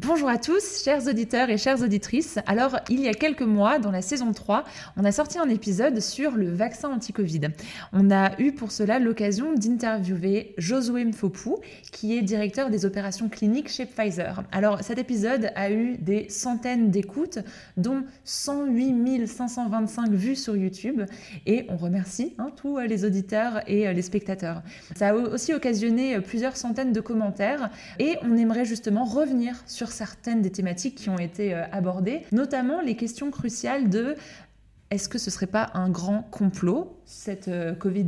Bonjour à tous, chers auditeurs et chères auditrices. Alors, il y a quelques mois, dans la saison 3, on a sorti un épisode sur le vaccin anti-Covid. On a eu pour cela l'occasion d'interviewer Josué Mfopou, qui est directeur des opérations cliniques chez Pfizer. Alors, cet épisode a eu des centaines d'écoutes, dont 108 525 vues sur YouTube. Et on remercie tous les auditeurs et les spectateurs. Ça a aussi occasionné plusieurs centaines de commentaires. Et on aimerait justement revenir sur certaines des thématiques qui ont été abordées, notamment les questions cruciales de est-ce que ce ne serait pas un grand complot, cette Covid-19 ?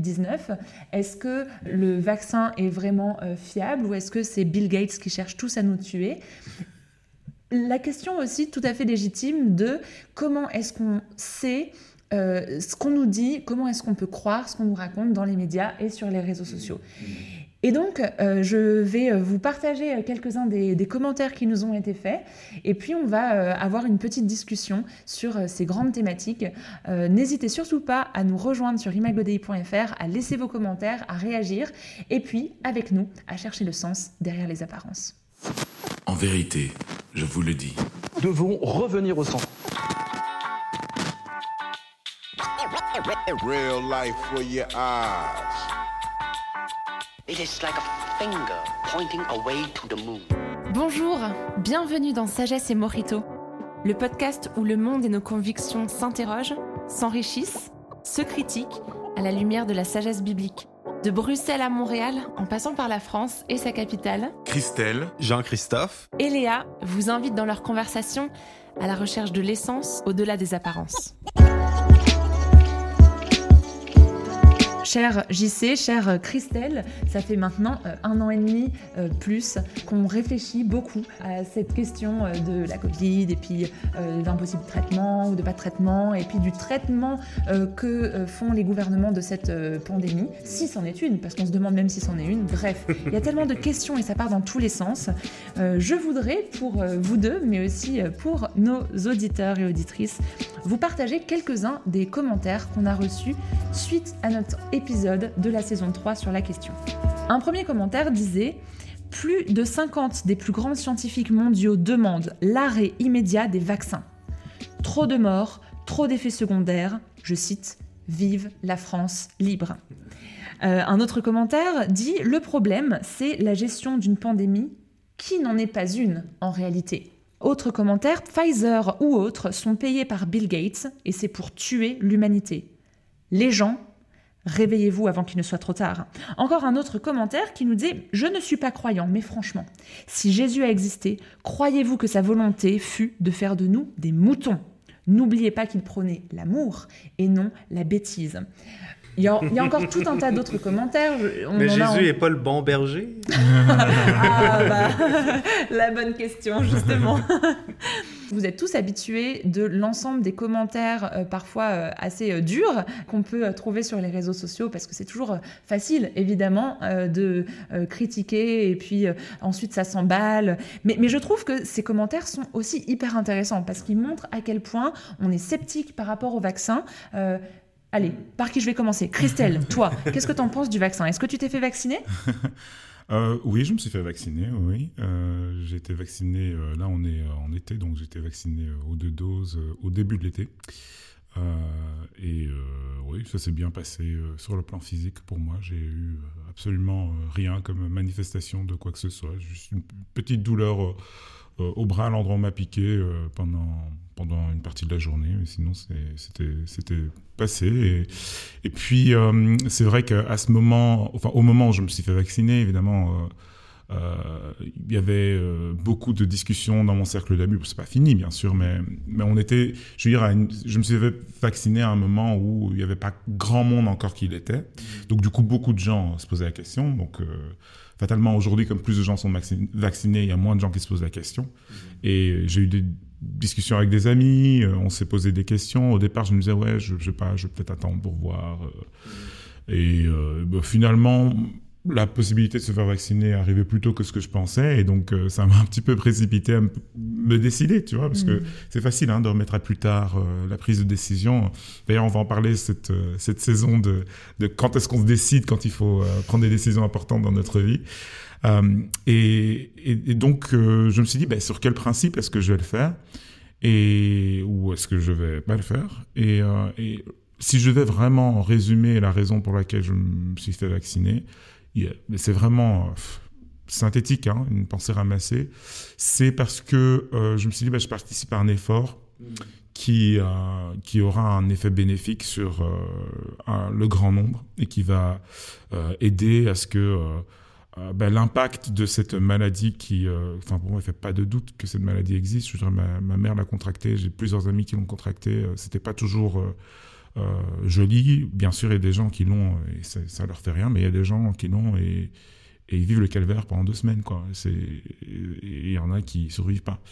Est-ce que le vaccin est vraiment fiable ou est-ce que c'est Bill Gates qui cherche tous à nous tuer ? La question aussi tout à fait légitime de comment est-ce qu'on sait ce qu'on nous dit, comment est-ce qu'on peut croire ce qu'on nous raconte dans les médias et sur les réseaux sociaux. Et donc, je vais vous partager quelques-uns des commentaires qui nous ont été faits. Et puis, on va avoir une petite discussion sur ces grandes thématiques. N'hésitez surtout pas à nous rejoindre sur imagodei.fr, à laisser vos commentaires, à réagir. Et puis, avec nous, à chercher le sens derrière les apparences. En vérité, je vous le dis. Nous devons revenir au centre. Real life for your eyes. It is like a finger pointing away to the moon. Bonjour, bienvenue dans Sagesse et Mojito, le podcast où le monde et nos convictions s'interrogent, s'enrichissent, se critiquent à la lumière de la sagesse biblique. De Bruxelles à Montréal, en passant par la France et sa capitale, Christelle, Jean-Christophe et Léa vous invitent dans leur conversation à la recherche de l'essence au-delà des apparences. Cher JC, chère Christelle, ça fait maintenant 1 an et demi plus qu'on réfléchit beaucoup à cette question de la Covid et puis d'un possible traitement ou de pas de traitement et puis du traitement que font les gouvernements de cette pandémie, si c'en est une, parce qu'on se demande même si c'en est une. Bref, il y a tellement de questions et ça part dans tous les sens. Je voudrais pour vous deux, mais aussi pour nos auditeurs et auditrices, vous partager quelques-uns des commentaires qu'on a reçus suite à notre épisode de la saison 3 sur la question. Un premier commentaire disait « Plus de 50 des plus grands scientifiques mondiaux demandent l'arrêt immédiat des vaccins. Trop de morts, trop d'effets secondaires. Je cite « Vive la France libre ». Un autre commentaire dit « Le problème, c'est la gestion d'une pandémie qui n'en est pas une en réalité ». Autre commentaire, Pfizer ou autres sont payés par Bill Gates et c'est pour tuer l'humanité. Les gens, réveillez-vous avant qu'il ne soit trop tard. Encore un autre commentaire qui nous dit « Je ne suis pas croyant, mais franchement, si Jésus a existé, croyez-vous que sa volonté fut de faire de nous des moutons ? N'oubliez pas qu'il prônait l'amour et non la bêtise. » Il y a encore tout un tas d'autres commentaires. Mais Jésus n'est pas le bon berger? La bonne question, justement. Vous êtes tous habitués de l'ensemble des commentaires parfois assez durs qu'on peut trouver sur les réseaux sociaux parce que c'est toujours facile, évidemment, de critiquer et puis ensuite ça s'emballe. Mais je trouve que ces commentaires sont aussi hyper intéressants parce qu'ils montrent à quel point on est sceptique par rapport au vaccin. Allez, par qui je vais commencer ? Christelle, toi, qu'est-ce que tu en penses du vaccin ? Est-ce que tu t'es fait vacciner ? Oui, je me suis fait vacciner, oui. J'ai été vacciné, là on est en été, donc j'ai été vacciné aux 2 doses au début de l'été. Oui, ça s'est bien passé sur le plan physique pour moi. J'ai eu absolument rien comme manifestation de quoi que ce soit. Juste une petite douleur au bras, à l'endroit où on m'a piqué pendant une partie de la journée, mais sinon c'était passé. Et puis c'est vrai qu'à ce moment, enfin au moment où je me suis fait vacciner, évidemment, il y avait beaucoup de discussions dans mon cercle d'amis. C'est pas fini bien sûr, mais on était, je veux dire, je me suis fait vacciner à un moment où il n'y avait pas grand monde encore qui l'était. Donc du coup beaucoup de gens se posaient la question. Donc fatalement aujourd'hui, comme plus de gens sont vaccinés, il y a moins de gens qui se posent la question. Et j'ai eu des discussions avec des amis, on s'est posé des questions. Au départ, je me disais, je vais peut-être attendre pour voir. Finalement, la possibilité de se faire vacciner arrivait plus tôt que ce que je pensais, et donc ça m'a un petit peu précipité à me décider, tu vois, parce que c'est facile de remettre à plus tard la prise de décision. D'ailleurs, on va en parler cette saison de quand est-ce qu'on se décide quand il faut prendre des décisions importantes dans notre vie. Et donc, je me suis dit, sur quel principe est-ce que je vais le faire, ou est-ce que je vais pas le faire, et si je devais vraiment résumer la raison pour laquelle je me suis fait vacciner, c'est vraiment synthétique, une pensée ramassée. C'est parce que je me suis dit, je participe à un effort qui aura un effet bénéfique sur le grand nombre et qui va aider à ce que l'impact de cette maladie pour moi, il ne fait pas de doute que cette maladie existe. Je dirais, ma mère l'a contractée, j'ai plusieurs amis qui l'ont contractée. C'était pas toujours joli. Bien sûr, il y a des gens qui l'ont et ça leur fait rien, mais il y a des gens qui l'ont et ils vivent le calvaire pendant 2 semaines, quoi. Il y en a qui survivent pas.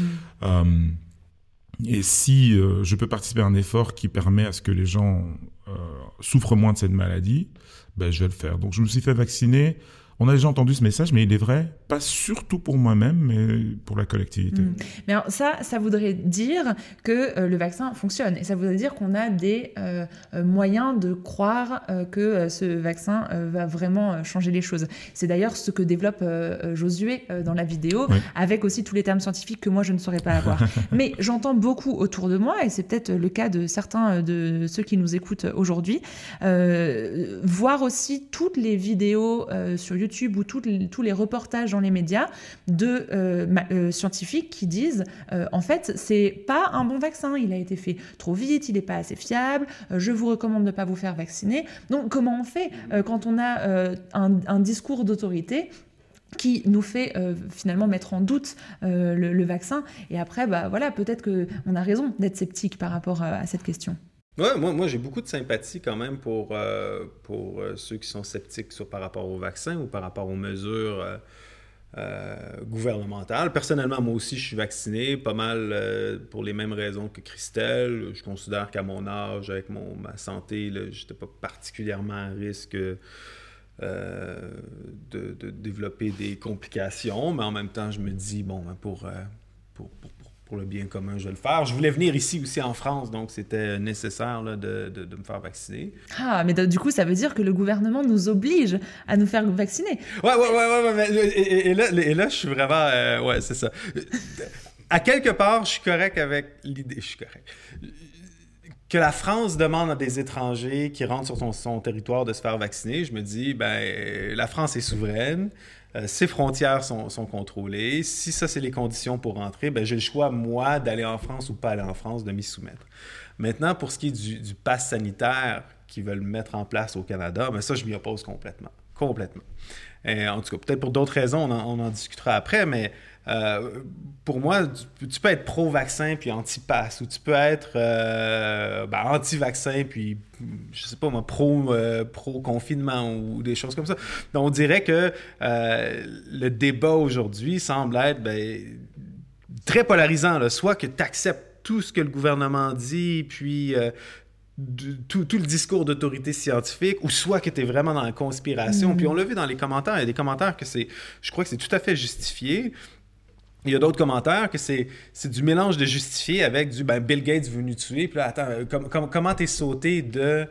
Et si je peux participer à un effort qui permet à ce que les gens souffrent moins de cette maladie, je vais le faire. Donc je me suis fait vacciner. On a déjà entendu ce message, mais il est vrai, pas surtout pour moi-même, mais pour la collectivité. Mais alors ça voudrait dire que le vaccin fonctionne. Et ça voudrait dire qu'on a des moyens de croire que ce vaccin va vraiment changer les choses. C'est d'ailleurs ce que développe Josué dans la vidéo, avec aussi tous les termes scientifiques que moi, je ne saurais pas avoir. Mais j'entends beaucoup autour de moi, et c'est peut-être le cas de certains de ceux qui nous écoutent aujourd'hui, voir aussi toutes les vidéos sur YouTube ou tous les reportages dans les médias de scientifiques qui disent en fait c'est pas un bon vaccin, il a été fait trop vite, il n'est pas assez fiable, je vous recommande de ne pas vous faire vacciner. Donc comment on fait quand on a un discours d'autorité qui nous fait finalement mettre en doute le vaccin, et après peut-être qu'on a raison d'être sceptique par rapport à cette question. Ouais, moi j'ai beaucoup de sympathie quand même pour ceux qui sont sceptiques, soit par rapport au vaccin ou par rapport aux mesures gouvernementales. Personnellement, moi aussi, je suis vacciné, pas mal pour les mêmes raisons que Christelle. Je considère qu'à mon âge, avec ma santé, je n'étais pas particulièrement à risque de développer des complications, mais en même temps, je me dis, pour le bien commun, je vais le faire. Je voulais venir ici aussi en France, donc c'était nécessaire de me faire vacciner. Ah, mais du coup, ça veut dire que le gouvernement nous oblige à nous faire vacciner. Ouais. Et là, je suis vraiment... c'est ça. À quelque part, je suis correct avec l'idée... Je suis correct. Que la France demande à des étrangers qui rentrent sur son territoire de se faire vacciner, je me dis, la France est souveraine. Ses frontières sont contrôlées. Si ça, c'est les conditions pour rentrer, j'ai le choix, moi, d'aller en France ou pas aller en France, de m'y soumettre. Maintenant, pour ce qui est du pass sanitaire qu'ils veulent mettre en place au Canada, ça, je m'y oppose complètement. Et en tout cas, peut-être pour d'autres raisons, on en discutera après, mais pour moi, tu peux être pro-vaccin puis anti-pass, ou tu peux être anti-vaccin puis, je sais pas moi, pro-confinement ou des choses comme ça. Donc, on dirait que le débat aujourd'hui semble être très polarisant, là. Soit que tu acceptes tout ce que le gouvernement dit, puis... tout le discours d'autorité scientifique, ou soit que tu es vraiment dans la conspiration. Puis on l'a vu dans les commentaires, il y a des commentaires que je crois que c'est tout à fait justifié. Il y a d'autres commentaires que c'est du mélange de justifié avec du Bill Gates veut nous tuer. Puis là, attends, comment t'es sauté de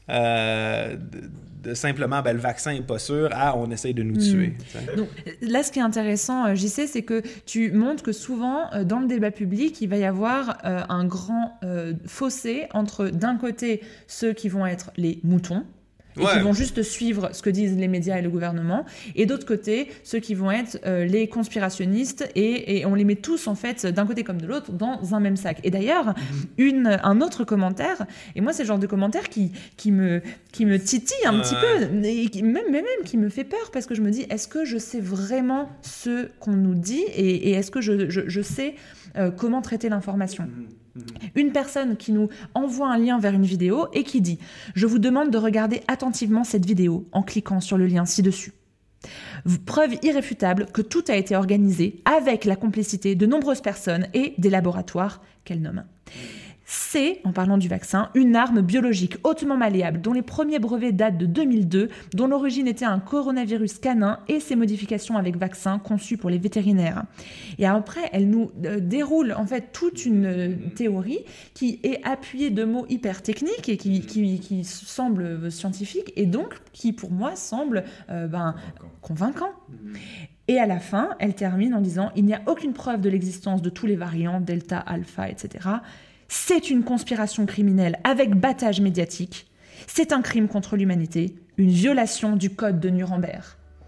simplement le vaccin n'est pas sûr, on essaye de nous tuer. Donc, là, ce qui est intéressant, JC, c'est que tu montres que souvent, dans le débat public, il va y avoir un grand fossé entre, d'un côté, ceux qui vont être les moutons, et qui vont juste suivre ce que disent les médias et le gouvernement, et d'autre côté, ceux qui vont être les conspirationnistes, et on les met tous, en fait, d'un côté comme de l'autre, dans un même sac. Et d'ailleurs, un autre commentaire, et moi, c'est le genre de commentaire qui me titille un petit peu, et même qui me fait peur, parce que je me dis, est-ce que je sais vraiment ce qu'on nous dit, et est-ce que je sais comment traiter l'information ? Une personne qui nous envoie un lien vers une vidéo et qui dit « Je vous demande de regarder attentivement cette vidéo en cliquant sur le lien ci-dessus. Preuve irréfutable que tout a été organisé avec la complicité de nombreuses personnes et des laboratoires qu'elle nomme. » C'est, en parlant du vaccin, une arme biologique hautement malléable dont les premiers brevets datent de 2002, dont l'origine était un coronavirus canin et ses modifications avec vaccin conçues pour les vétérinaires. Et après, elle nous déroule en fait toute une théorie qui est appuyée de mots hyper techniques et qui semble scientifique et donc qui pour moi semble convaincant. Et à la fin, elle termine en disant « Il n'y a aucune preuve de l'existence de tous les variants, Delta, Alpha, etc. C'est une conspiration criminelle avec battage médiatique. C'est un crime contre l'humanité, une violation du code de Nuremberg. »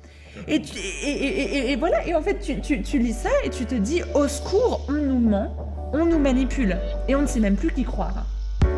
Et voilà, et en fait, tu lis ça et tu te dis « Au secours, on nous ment, on nous manipule, et on ne sait même plus qui croire. »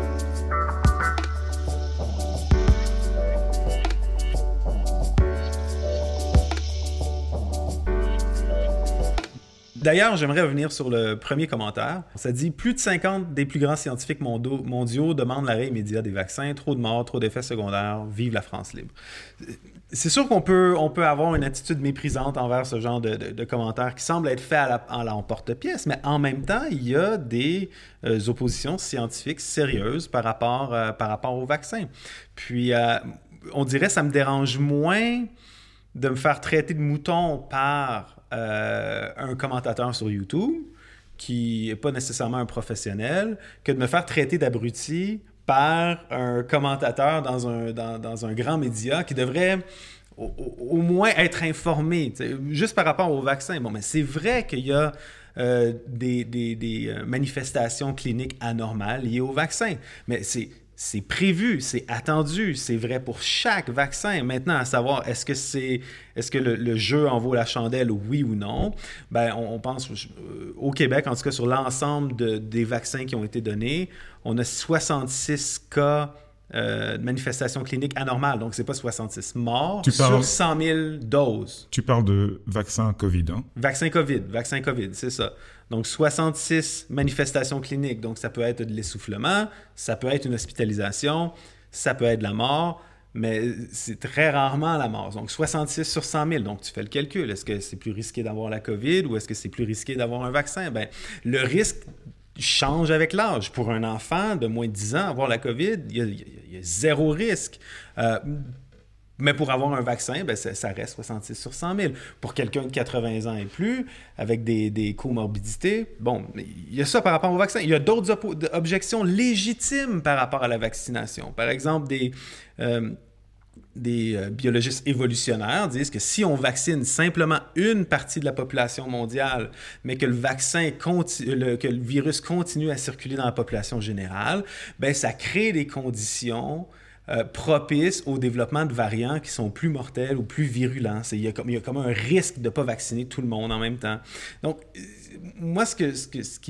D'ailleurs, j'aimerais revenir sur le premier commentaire. Ça dit « Plus de 50 des plus grands scientifiques mondiaux demandent l'arrêt immédiat des vaccins. Trop de morts, trop d'effets secondaires. Vive la France libre. » C'est sûr qu'on peut avoir une attitude méprisante envers ce genre de commentaires qui semblent être faits à l'emporte-pièce, mais en même temps, il y a des oppositions scientifiques sérieuses par rapport au vaccin. Puis, on dirait que ça me dérange moins de me faire traiter de mouton par un commentateur sur YouTube qui n'est pas nécessairement un professionnel que de me faire traiter d'abruti par un commentateur dans un grand média qui devrait au moins être informé, juste par rapport au vaccin. Bon, mais c'est vrai qu'il y a des manifestations cliniques anormales liées au vaccin, mais c'est prévu, c'est attendu, c'est vrai pour chaque vaccin. Maintenant, à savoir, est-ce que le jeu en vaut la chandelle, oui ou non? Ben, on pense au Québec, en tout cas sur l'ensemble des vaccins qui ont été donnés, on a 66 cas de manifestations cliniques anormales. Donc, c'est pas 66 morts sur 100 000 doses. Tu parles de vaccin COVID, hein? Vaccin COVID, c'est ça. Donc, 66 manifestations cliniques. Donc, ça peut être de l'essoufflement, ça peut être une hospitalisation, ça peut être de la mort, mais c'est très rarement la mort. Donc, 66 sur 100 000. Donc, tu fais le calcul. Est-ce que c'est plus risqué d'avoir la COVID ou est-ce que c'est plus risqué d'avoir un vaccin? Bien, le risque change avec l'âge. Pour un enfant de moins de 10 ans, avoir la COVID, il y a zéro risque. Mais pour avoir un vaccin, ben ça reste 66 sur 100 000. Pour quelqu'un de 80 ans et plus, avec des comorbidités, bon, il y a ça par rapport au vaccin. Il y a d'autres objections légitimes par rapport à la vaccination. Par exemple, des biologistes évolutionnaires disent que si on vaccine simplement une partie de la population mondiale, mais que que le virus continue à circuler dans la population générale, ben ça crée des conditions propices au développement de variants qui sont plus mortels ou plus virulents. Il y a comme un risque de ne pas vacciner tout le monde en même temps. Donc, moi, ce qui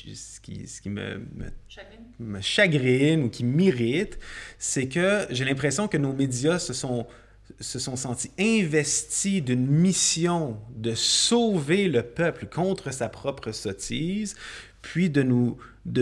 me chagrine ou qui m'irrite, c'est que j'ai l'impression que nos médias se sont sentis investis d'une mission de sauver le peuple contre sa propre sottise, puis de nous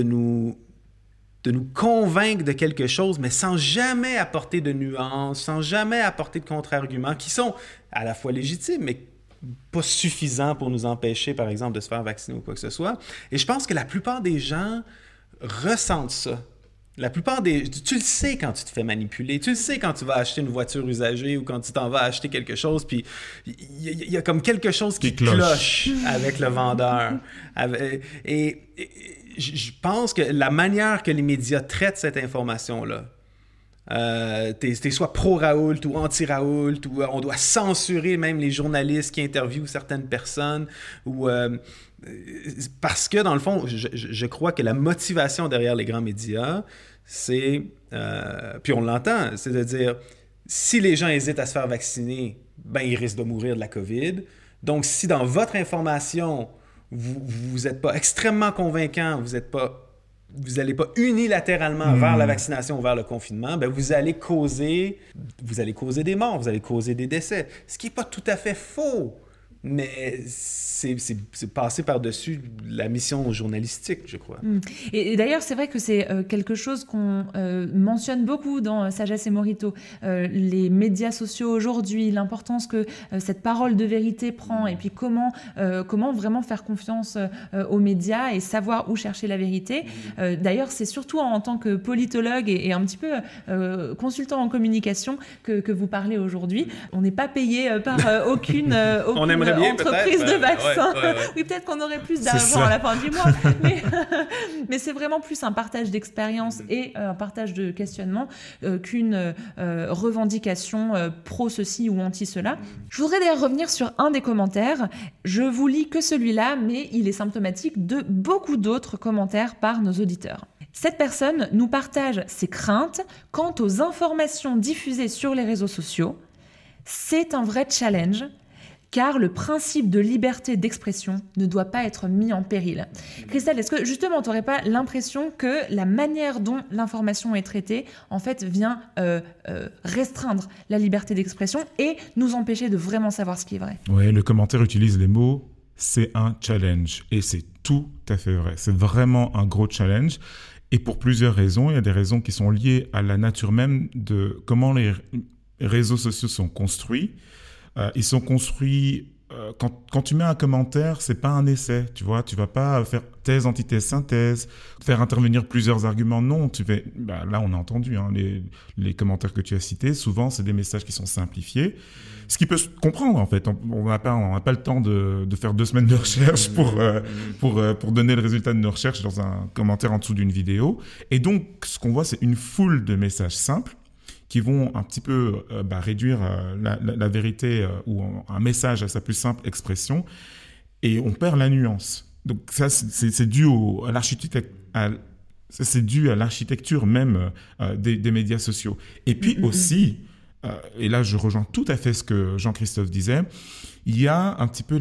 convaincre de quelque chose, mais sans jamais apporter de nuances, sans jamais apporter de contre-arguments qui sont à la fois légitimes, mais pas suffisants pour nous empêcher, par exemple, de se faire vacciner ou quoi que ce soit. Et je pense que la plupart des gens ressentent ça. Tu le sais quand tu te fais manipuler, tu le sais quand tu vas acheter une voiture usagée ou quand tu t'en vas acheter quelque chose, puis il y a comme quelque chose qui cloche avec le vendeur. Et je pense que la manière que les médias traitent cette information-là, t'es soit pro-Raoult ou anti-Raoult, ou on doit censurer même les journalistes qui interviewent certaines personnes, ou parce que, dans le fond, je crois que la motivation derrière les grands médias, c'est, puis on l'entend, c'est de dire, si les gens hésitent à se faire vacciner, ben ils risquent de mourir de la COVID. Donc, si dans votre information, vous n'êtes pas extrêmement convaincant, vous n'allez pas unilatéralement vers la vaccination ou vers le confinement, ben vous allez causer des morts, vous allez causer des décès. Ce qui n'est pas tout à fait faux. mais c'est passer par-dessus la mission journalistique, je crois. Et d'ailleurs, c'est vrai que c'est quelque chose qu'on mentionne beaucoup dans Sagesse et Morito. Les médias sociaux aujourd'hui, l'importance que cette parole de vérité prend, et puis comment vraiment faire confiance aux médias et savoir où chercher la vérité. D'ailleurs, c'est surtout en tant que politologue et un petit peu consultant en communication que vous parlez aujourd'hui. On n'est pas payé par aucune entreprise de vaccins. Ouais. Oui, peut-être qu'on aurait plus d'argent à la fin du mois, mais c'est vraiment plus un partage d'expérience et un partage de questionnement qu'une revendication pro ceci ou anti cela. Je voudrais d'ailleurs revenir sur un des commentaires. Je vous lis que celui-là, mais il est symptomatique de beaucoup d'autres commentaires par nos auditeurs. Cette personne nous partage ses craintes quant aux informations diffusées sur les réseaux sociaux. C'est un vrai challenge, car le principe de liberté d'expression ne doit pas être mis en péril. Christelle, est-ce que justement tu n'aurais pas l'impression que la manière dont l'information est traitée, en fait, vient restreindre la liberté d'expression et nous empêcher de vraiment savoir ce qui est vrai? Oui, le commentaire utilise les mots « c'est un challenge » et c'est tout à fait vrai. C'est vraiment un gros challenge et pour plusieurs raisons. Il y a des raisons qui sont liées à la nature même de comment les réseaux sociaux sont construits. Ils sont construits... Quand tu mets un commentaire, c'est pas un essai, tu vois. Tu vas pas faire thèse, antithèse, synthèse, faire intervenir plusieurs arguments. Non, là, on a entendu les commentaires que tu as cités. Souvent, c'est des messages qui sont simplifiés. Ce qui peut se comprendre, en fait. On n'a pas le temps de faire 2 semaines de recherche pour donner le résultat de nos recherches dans un commentaire en dessous d'une vidéo. Et donc, ce qu'on voit, c'est une foule de messages simples qui vont un petit peu réduire la vérité ou un message à sa plus simple expression, et on perd la nuance. Donc ça, c'est dû c'est dû à l'architecture même des médias sociaux. Et puis aussi, et là je rejoins tout à fait ce que Jean-Christophe disait, il y a un petit peu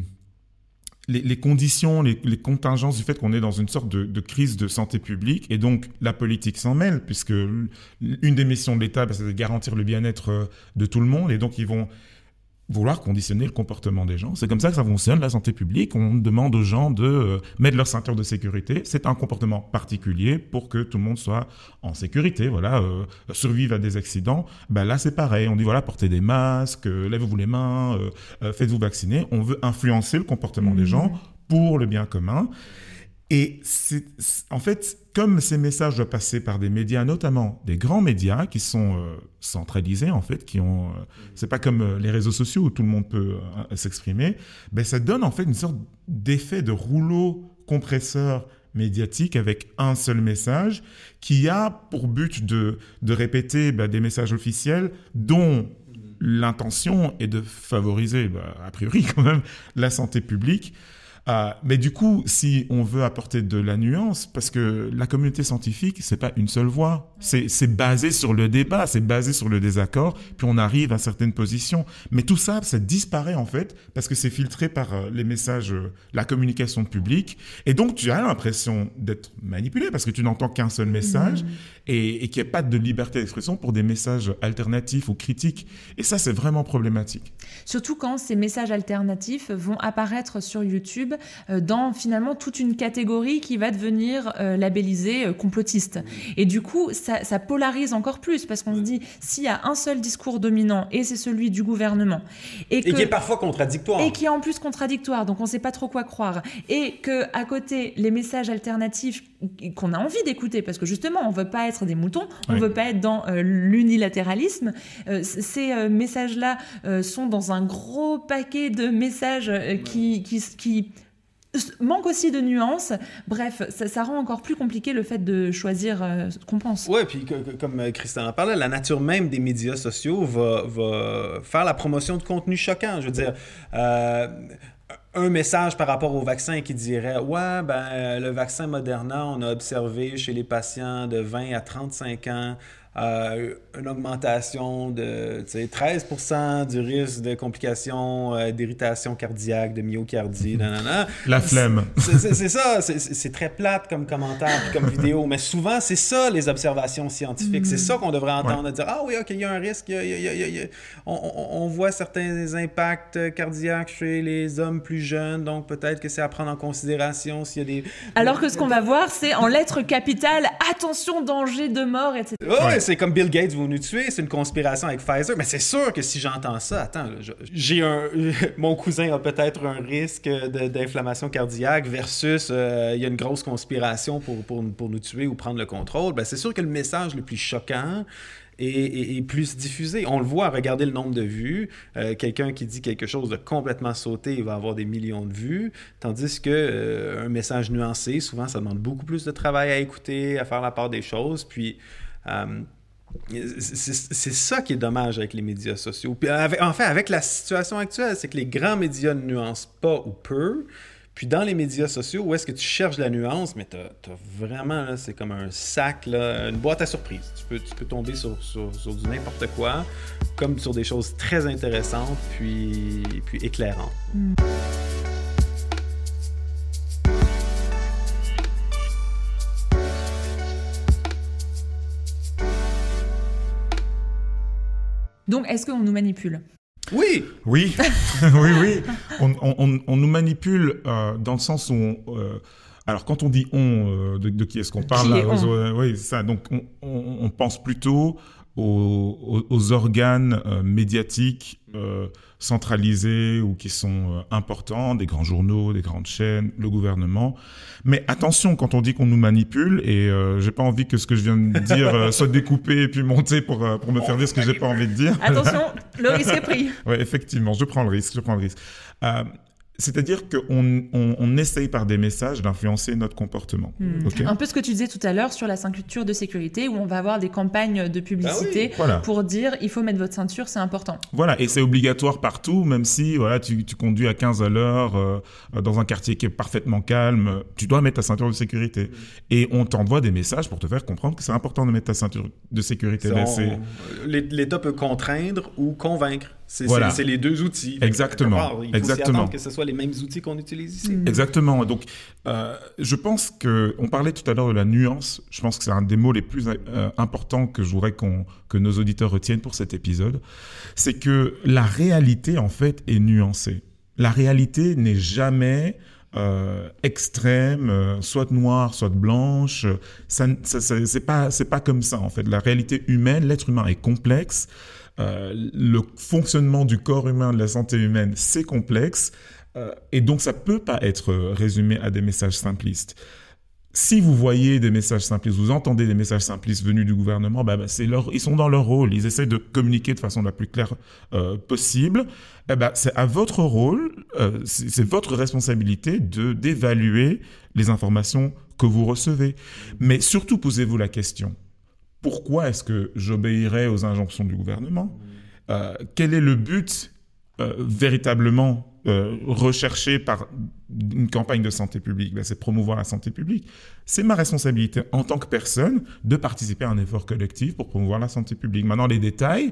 les conditions, les contingences du fait qu'on est dans une sorte de crise de santé publique, et donc la politique s'en mêle, puisque une des missions de l'État, c'est de garantir le bien-être de tout le monde, et donc ils vont vouloir conditionner le comportement des gens. C'est comme ça que ça fonctionne, la santé publique. On demande aux gens de mettre leur ceinture de sécurité. C'est un comportement particulier pour que tout le monde soit en sécurité, survive à des accidents. Là, c'est pareil. On dit, portez des masques, lavez-vous les mains, faites-vous vacciner. On veut influencer le comportement des gens pour le bien commun. Et en fait, comme ces messages doivent passer par des médias, notamment des grands médias qui sont centralisés, en fait, c'est pas comme les réseaux sociaux où tout le monde peut s'exprimer, ça donne en fait une sorte d'effet de rouleau compresseur médiatique avec un seul message qui a pour but de répéter des messages officiels dont l'intention est de favoriser, a priori quand même, la santé publique. Mais du coup, si on veut apporter de la nuance, parce que la communauté scientifique, c'est pas une seule voix. C'est basé sur le débat, c'est basé sur le désaccord, puis on arrive à certaines positions. Mais tout ça, ça disparaît en fait, parce que c'est filtré par les messages, la communication publique. Et donc, tu as l'impression d'être manipulé, parce que tu n'entends qu'un seul message, et qu'il n'y a pas de liberté d'expression pour des messages alternatifs ou critiques. Et ça, c'est vraiment problématique. Surtout quand ces messages alternatifs vont apparaître sur YouTube dans finalement toute une catégorie qui va devenir labellisée complotiste. Et du coup, ça polarise encore plus, parce qu'on se dit, s'il y a un seul discours dominant, et c'est celui du gouvernement, et qui est parfois contradictoire. Et qui est en plus contradictoire, donc on ne sait pas trop quoi croire. Et qu'à côté, les messages alternatifs qu'on a envie d'écouter, parce que justement, on ne veut pas être des moutons, on ne veut pas être dans l'unilatéralisme, ces messages-là sont dans un gros paquet de messages qui manque aussi de nuances. Bref, ça rend encore plus compliqué le fait de choisir ce qu'on pense. Oui, puis comme Christian en parlait, la nature même des médias sociaux va faire la promotion de contenu choquant. Je veux dire, un message par rapport au vaccin qui dirait « le vaccin Moderna, on a observé chez les patients de 20 à 35 ans une augmentation de 13% du risque de complications d'irritation cardiaque, de myocardie, nanana. La flemme. C'est ça, c'est très plate comme commentaire puis comme vidéo, mais souvent, c'est ça les observations scientifiques. C'est ça qu'on devrait entendre, dire « Ah oui, OK, il y a un risque, on voit certains impacts cardiaques chez les hommes plus jeunes, donc peut-être que c'est à prendre en considération s'il y a des... » Alors que ce qu'on va voir, c'est en lettres capitales, attention, danger de mort, etc. Ouais, c'est comme Bill Gates va nous tuer, c'est une conspiration avec Pfizer, mais c'est sûr que si j'entends ça, attends, là, mon cousin a peut-être un risque d'inflammation cardiaque versus il y a une grosse conspiration pour nous tuer ou prendre le contrôle, ben c'est sûr que le message le plus choquant est plus diffusé. On le voit, regardez le nombre de vues. Quelqu'un qui dit quelque chose de complètement sauté, il va avoir des millions de vues, tandis que un message nuancé, souvent, ça demande beaucoup plus de travail à écouter, à faire la part des choses, puis... c'est ça qui est dommage avec les médias sociaux. Puis avec la situation actuelle, c'est que les grands médias ne nuancent pas ou peu. Puis dans les médias sociaux, où est-ce que tu cherches la nuance, mais t'as vraiment, là, c'est comme un sac, là, une boîte à surprise. Tu peux tomber sur du n'importe quoi, comme sur des choses très intéressantes, puis éclairantes. Donc, est-ce qu'on nous manipule ? Oui! Oui, oui. On nous manipule dans le sens où... alors, quand on dit « on », de qui est-ce qu'on parle là, oui, c'est ça. Donc, on pense plutôt aux organes médiatiques centralisés ou qui sont importants, des grands journaux, des grandes chaînes, le gouvernement. Mais attention, quand on dit qu'on nous manipule, et j'ai pas envie que ce que je viens de dire soit découpé et puis monté pour me faire dire ce que j'ai pas envie de dire. Attention, le risque est pris. Oui, effectivement, je prends le risque. C'est-à-dire qu'on essaye par des messages d'influencer notre comportement. Okay. Un peu ce que tu disais tout à l'heure sur la ceinture de sécurité, où on va avoir des campagnes de publicité pour dire il faut mettre votre ceinture, c'est important. Voilà, et c'est obligatoire partout, même si tu conduis à 15 à l'heure dans un quartier qui est parfaitement calme, tu dois mettre ta ceinture de sécurité. Et on t'envoie des messages pour te faire comprendre que c'est important de mettre ta ceinture de sécurité. L'État peut contraindre ou convaincre. C'est les deux outils. Exactement. Il faut s'y attendre que ce soit les mêmes outils qu'on utilise ici. Exactement. Donc, je pense on parlait tout à l'heure de la nuance. Je pense que c'est un des mots les plus importants que je voudrais que nos auditeurs retiennent pour cet épisode. C'est que la réalité, en fait, est nuancée. La réalité n'est jamais extrême, soit noire, soit blanche. C'est pas comme ça, en fait. La réalité humaine, l'être humain est complexe. Le fonctionnement du corps humain, de la santé humaine, c'est complexe et donc ça peut pas être résumé à des messages simplistes. Si vous voyez des messages simplistes, vous entendez des messages simplistes venus du gouvernement, ils sont dans leur rôle, ils essaient de communiquer de façon la plus claire possible. C'est à votre rôle, c'est votre responsabilité d'évaluer les informations que vous recevez. Mais surtout, posez-vous la question. Pourquoi est-ce que j'obéirais aux injonctions du gouvernement ? Quel est le but véritablement recherché par une campagne de santé publique ? C'est promouvoir la santé publique. C'est ma responsabilité en tant que personne de participer à un effort collectif pour promouvoir la santé publique. Maintenant, les détails,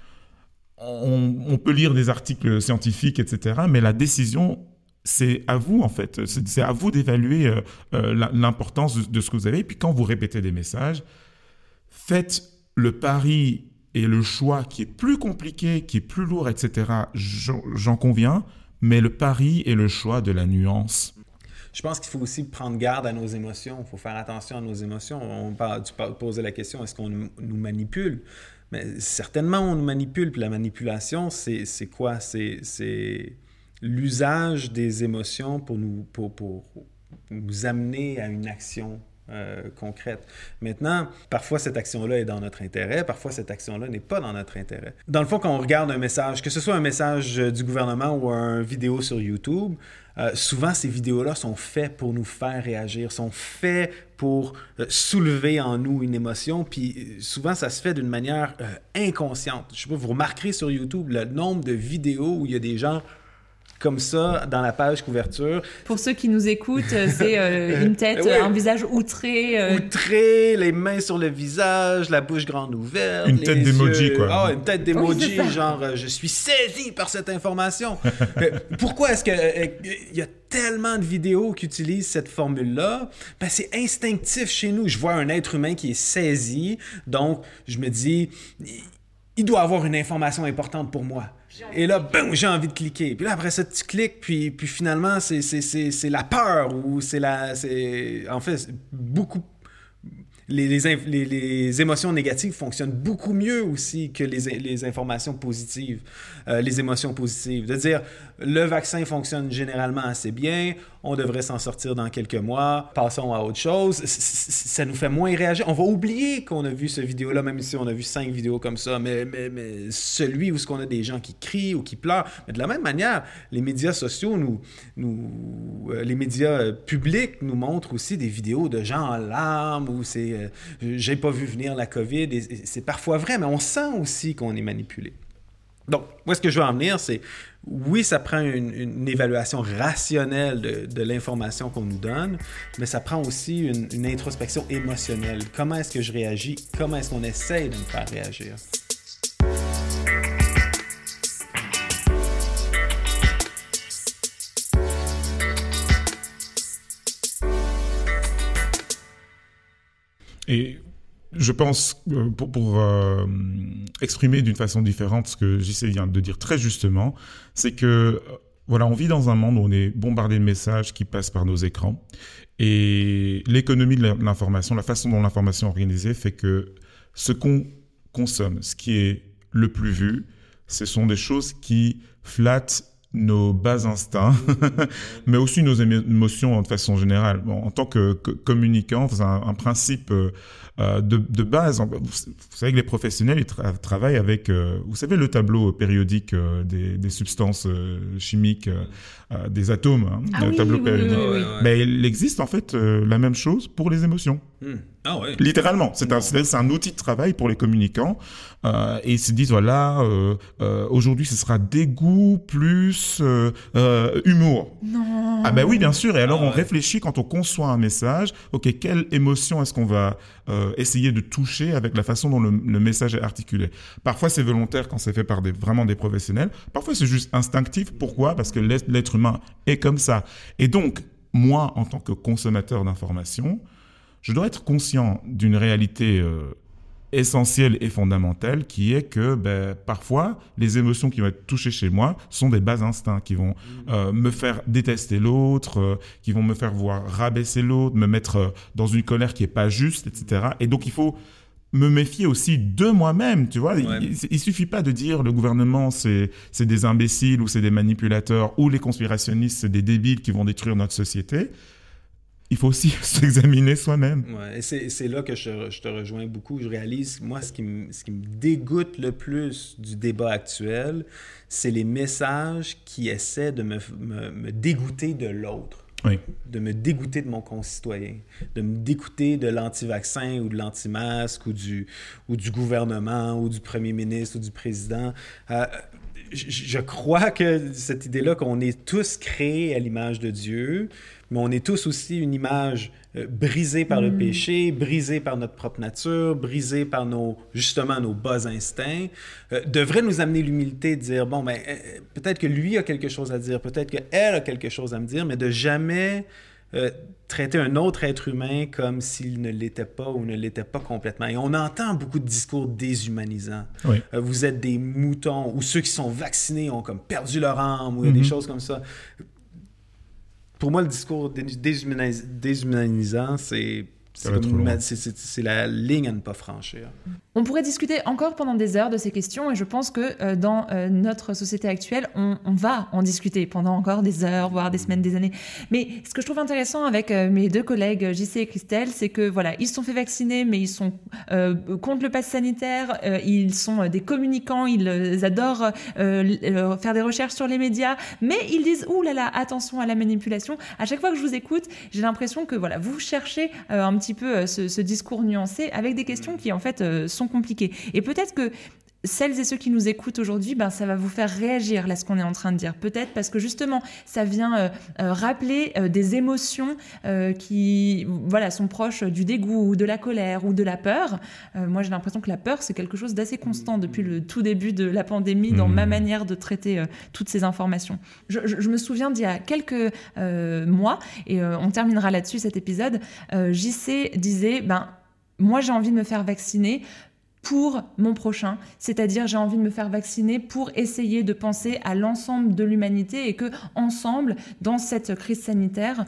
on peut lire des articles scientifiques, etc., mais la décision... c'est à vous, en fait. C'est à vous d'évaluer l'importance de ce que vous avez. Et puis, quand vous répétez des messages, faites le pari et le choix qui est plus compliqué, qui est plus lourd, etc. J'en conviens, mais le pari et le choix de la nuance. Je pense qu'il faut aussi prendre garde à nos émotions. Il faut faire attention à nos émotions. Tu posais la question, est-ce qu'on nous manipule? Mais certainement, on nous manipule. Puis la manipulation, c'est quoi? C'est l'usage des émotions pour nous amener à une action concrète. Maintenant, parfois cette action-là est dans notre intérêt, parfois cette action-là n'est pas dans notre intérêt. Dans le fond, quand on regarde un message, que ce soit un message du gouvernement ou une vidéo sur YouTube, souvent ces vidéos-là sont faites pour nous faire réagir, sont faites pour soulever en nous une émotion, puis souvent ça se fait d'une manière inconsciente. Je sais pas, vous remarquerez sur YouTube le nombre de vidéos où il y a des gens comme ça dans la page couverture. Pour ceux qui nous écoutent, c'est une tête, oui. un visage outré. Outré, les mains sur le visage, la bouche grande ouverte. Une tête d'emoji, quoi. Ah, une tête d'emoji, Oui, genre je suis saisi par cette information. Pourquoi est-ce que il y a tellement de vidéos qui utilisent cette formule-là? Ben, c'est instinctif chez nous. Je vois un être humain qui est saisi, donc je me dis, il doit avoir une information importante pour moi. Et là, boum, j'ai envie de cliquer. Puis là, après ça, tu cliques, puis finalement, c'est la peur ou en fait, beaucoup... Les émotions négatives fonctionnent beaucoup mieux aussi que les informations positives, les émotions positives. De dire, le vaccin fonctionne généralement assez bien, on devrait s'en sortir dans quelques mois, passons à autre chose. Ça nous fait moins réagir. On va oublier qu'on a vu cette vidéo-là, même si on a vu 5 vidéos comme ça, mais celui où ce qu'on a des gens qui crient ou qui pleurent. Mais de la même manière, les médias sociaux, les médias publics nous montrent aussi des vidéos de gens en larmes où c'est j'ai pas vu venir la COVID, et c'est parfois vrai, mais on sent aussi qu'on est manipulé. Donc, moi, ce que je veux en venir, c'est, oui, ça prend une évaluation rationnelle de l'information qu'on nous donne, mais ça prend aussi une introspection émotionnelle. Comment est-ce que je réagis? Comment est-ce qu'on essaye de me faire réagir? Et je pense, pour exprimer d'une façon différente ce que JC vient de dire très justement, c'est que voilà, on vit dans un monde où on est bombardé de messages qui passent par nos écrans. Et l'économie de l'information, la façon dont l'information est organisée fait que ce qu'on consomme, ce qui est le plus vu, ce sont des choses qui flattent nos bas instincts, mais aussi nos émotions de façon générale. Bon, en tant que communicant, c'est un principe de base. Vous savez que les professionnels, ils travaillent avec, vous savez, le tableau périodique des substances chimiques, des atomes, hein, le tableau périodique. Oui. Mais il existe en fait la même chose pour les émotions. Ah ouais. Littéralement, c'est un outil de travail pour les communicants, et ils se disent voilà, aujourd'hui ce sera dégoût plus humour. Non. Ah ben oui, bien sûr. Et alors on réfléchit quand on conçoit un message. Ok, quelle émotion est-ce qu'on va essayer de toucher avec la façon dont le message est articulé. Parfois c'est volontaire quand c'est fait par vraiment des professionnels. Parfois c'est juste instinctif. Pourquoi? Parce que l'être humain est comme ça. Et donc moi, en tant que consommateur d'informations, je dois être conscient d'une réalité essentielle et fondamentale qui est que parfois, les émotions qui vont être touchées chez moi sont des bas instincts qui vont me faire détester l'autre, qui vont me faire voir rabaisser l'autre, me mettre dans une colère qui n'est pas juste, etc. Et donc, il faut me méfier aussi de moi-même, tu vois. Ouais. Il suffit pas de dire le gouvernement c'est des imbéciles ou c'est des manipulateurs ou les conspirationnistes c'est des débiles qui vont détruire notre société. Il faut aussi s'examiner soi-même. Ouais, et c'est là que je te rejoins beaucoup. Je réalise, moi, ce qui me dégoûte le plus du débat actuel, c'est les messages qui essaient de me dégoûter de l'autre. Oui. De me dégoûter de mon concitoyen, de me dégoûter de l'anti-vaccin ou de l'anti-masque ou du gouvernement ou du premier ministre ou du président. Je crois que cette idée-là qu'on est tous créés à l'image de Dieu, mais on est tous aussi une image brisée par le péché, brisée par notre propre nature, brisée par justement nos bas instincts, devrait nous amener l'humilité de dire, bon, ben, peut-être que lui a quelque chose à dire, peut-être qu'elle a quelque chose à me dire, mais de jamais traiter un autre être humain comme s'il ne l'était pas ou ne l'était pas complètement. Et on entend beaucoup de discours déshumanisants. Oui. Vous êtes des moutons, ou ceux qui sont vaccinés ont comme perdu leur âme, ou des choses comme ça. Pour moi, le discours déshumanisant, c'est la ligne à ne pas franchir. On pourrait discuter encore pendant des heures de ces questions et je pense que dans notre société actuelle, on va en discuter pendant encore des heures, voire des semaines, des années. Mais ce que je trouve intéressant avec mes deux collègues JC et Christelle, c'est que voilà, ils se sont fait vacciner, mais ils sont contre le pass sanitaire, ils sont des communicants, ils adorent faire des recherches sur les médias, mais ils disent « Ouh là là, attention à la manipulation ». À chaque fois que je vous écoute, j'ai l'impression que voilà, vous cherchez un petit peu ce discours nuancé avec des questions qui en fait sont compliquées. Et peut-être que celles et ceux qui nous écoutent aujourd'hui, ça va vous faire réagir là ce qu'on est en train de dire. Peut-être parce que justement, ça vient rappeler des émotions qui sont proches du dégoût ou de la colère ou de la peur. Moi, j'ai l'impression que la peur, c'est quelque chose d'assez constant depuis le tout début de la pandémie dans ma manière de traiter toutes ces informations. Je me souviens d'il y a quelques mois, et on terminera là-dessus cet épisode, JC disait, moi j'ai envie de me faire vacciner pour mon prochain, c'est-à-dire j'ai envie de me faire vacciner pour essayer de penser à l'ensemble de l'humanité et que ensemble, dans cette crise sanitaire,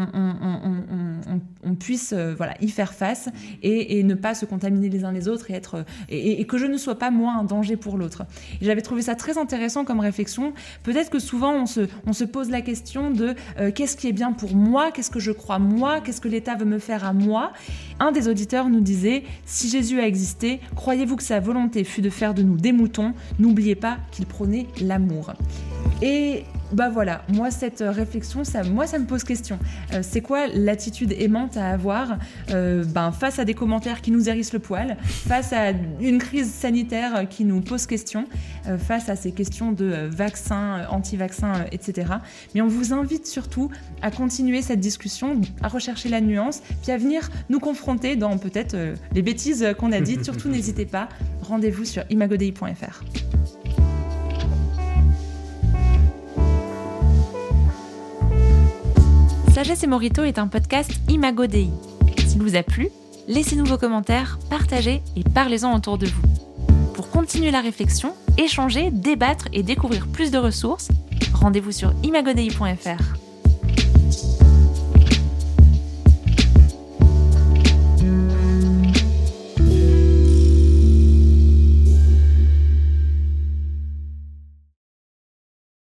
on puisse y faire face et ne pas se contaminer les uns les autres et que je ne sois pas moi un danger pour l'autre. Et j'avais trouvé ça très intéressant comme réflexion. Peut-être que souvent on se pose la question de qu'est-ce qui est bien pour moi, qu'est-ce que je crois moi, qu'est-ce que l'État veut me faire à moi. Un des auditeurs nous disait « Si Jésus a existé, croyez-vous que sa volonté fut de faire de nous des moutons ? N'oubliez pas qu'il prônait l'amour. » Et moi cette réflexion, ça me pose question. C'est quoi l'attitude aimante à avoir face à des commentaires qui nous hérissent le poil, face à une crise sanitaire qui nous pose question, face à ces questions de vaccins, anti-vaccins, etc. Mais on vous invite surtout à continuer cette discussion, à rechercher la nuance, puis à venir nous confronter dans peut-être les bêtises qu'on a dites. Surtout n'hésitez pas, rendez-vous sur imagodei.fr. Sagesse et Morito est un podcast Imago Dei. S'il vous a plu, laissez-nous vos commentaires, partagez et parlez-en autour de vous. Pour continuer la réflexion, échanger, débattre et découvrir plus de ressources, rendez-vous sur imagodei.fr.